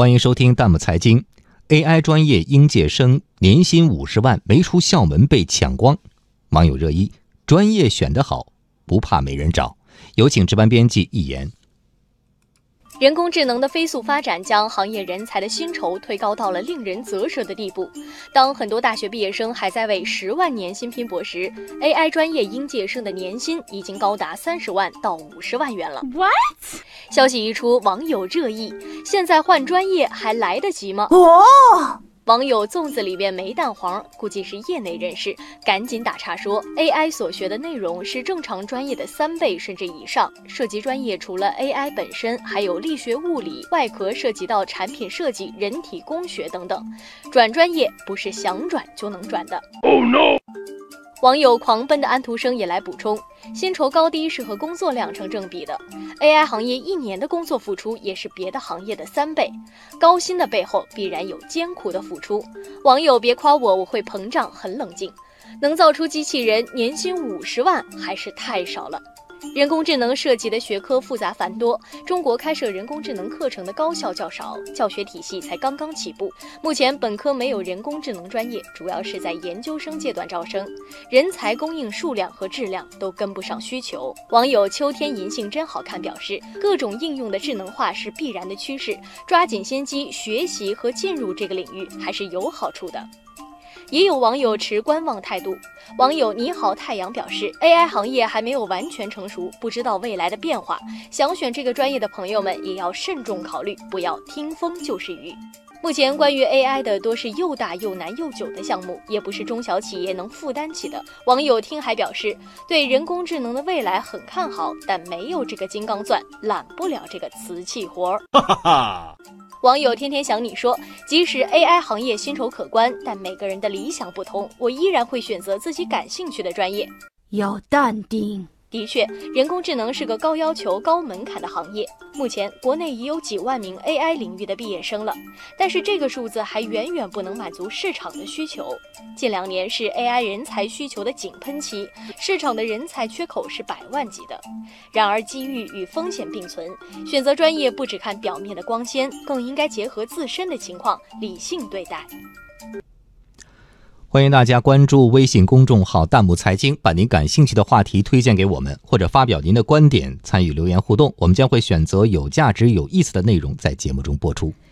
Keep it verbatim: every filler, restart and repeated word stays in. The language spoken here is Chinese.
欢迎收听弹幕财经。 A I 专业应届生年薪五十万没出校门被抢光，网友热议，专业选得好不怕没人找。有请值班编辑一言。 人工智能的飞速发展将行业人才的薪酬推高到了令人啧舌的地步。当很多大学毕业生还在为十万年薪拼搏时， A I 专业应届生的年薪已经高达三十万到五十万元了。 What？ 消息一出，网友热议，现在换专业还来得及吗？ 哦， 网友粽子里面没蛋黄，估计是业内人士，赶紧打岔说 A I 所学的内容是正常专业的三倍甚至以上，涉及专业除了 A I 本身，还有力学物理，外壳涉及到产品设计、人体工学等等，转专业不是想转就能转的。 Oh no！ 网友狂奔的安徒生也来补充，薪酬高低是和工作量成正比的， A I 行业一年的工作付出也是别的行业的三倍，高薪的背后必然有艰苦的付出。网友别夸我，我会膨胀，很冷静，能造出机器人年薪五十万还是太少了。人工智能涉及的学科复杂繁多，中国开设人工智能课程的高校较少，教学体系才刚刚起步。目前本科没有人工智能专业，主要是在研究生阶段招生，人才供应数量和质量都跟不上需求。网友秋天银杏真好看表示，各种应用的智能化是必然的趋势，抓紧先机学习和进入这个领域还是有好处的。也有网友持观望态度，网友你好太阳表示 A I 行业还没有完全成熟，不知道未来的变化，想选这个专业的朋友们也要慎重考虑，不要听风就是雨。目前关于 A I 的多是又大又难又久的项目，也不是中小企业能负担起的。网友听还表示，对人工智能的未来很看好，但没有这个金刚钻，揽不了这个瓷器活儿。哈哈哈。网友天天想你说，即使 A I 行业薪酬可观，但每个人的理想不同，我依然会选择自己感兴趣的专业。 要淡定。 的确，人工智能是个高要求、高门槛的行业。目前，国内已有几万名 A I 领域的毕业生了，但是这个数字还远远不能满足市场的需求。近两年是 A I 人才需求的井喷期，市场的人才缺口是百万级的。然而，机遇与风险并存，选择专业不只看表面的光鲜，更应该结合自身的情况，理性对待。 欢迎大家关注微信公众号弹幕财经，把您感兴趣的话题推荐给我们，或者发表您的观点，参与留言互动，我们将会选择有价值有意思的内容在节目中播出。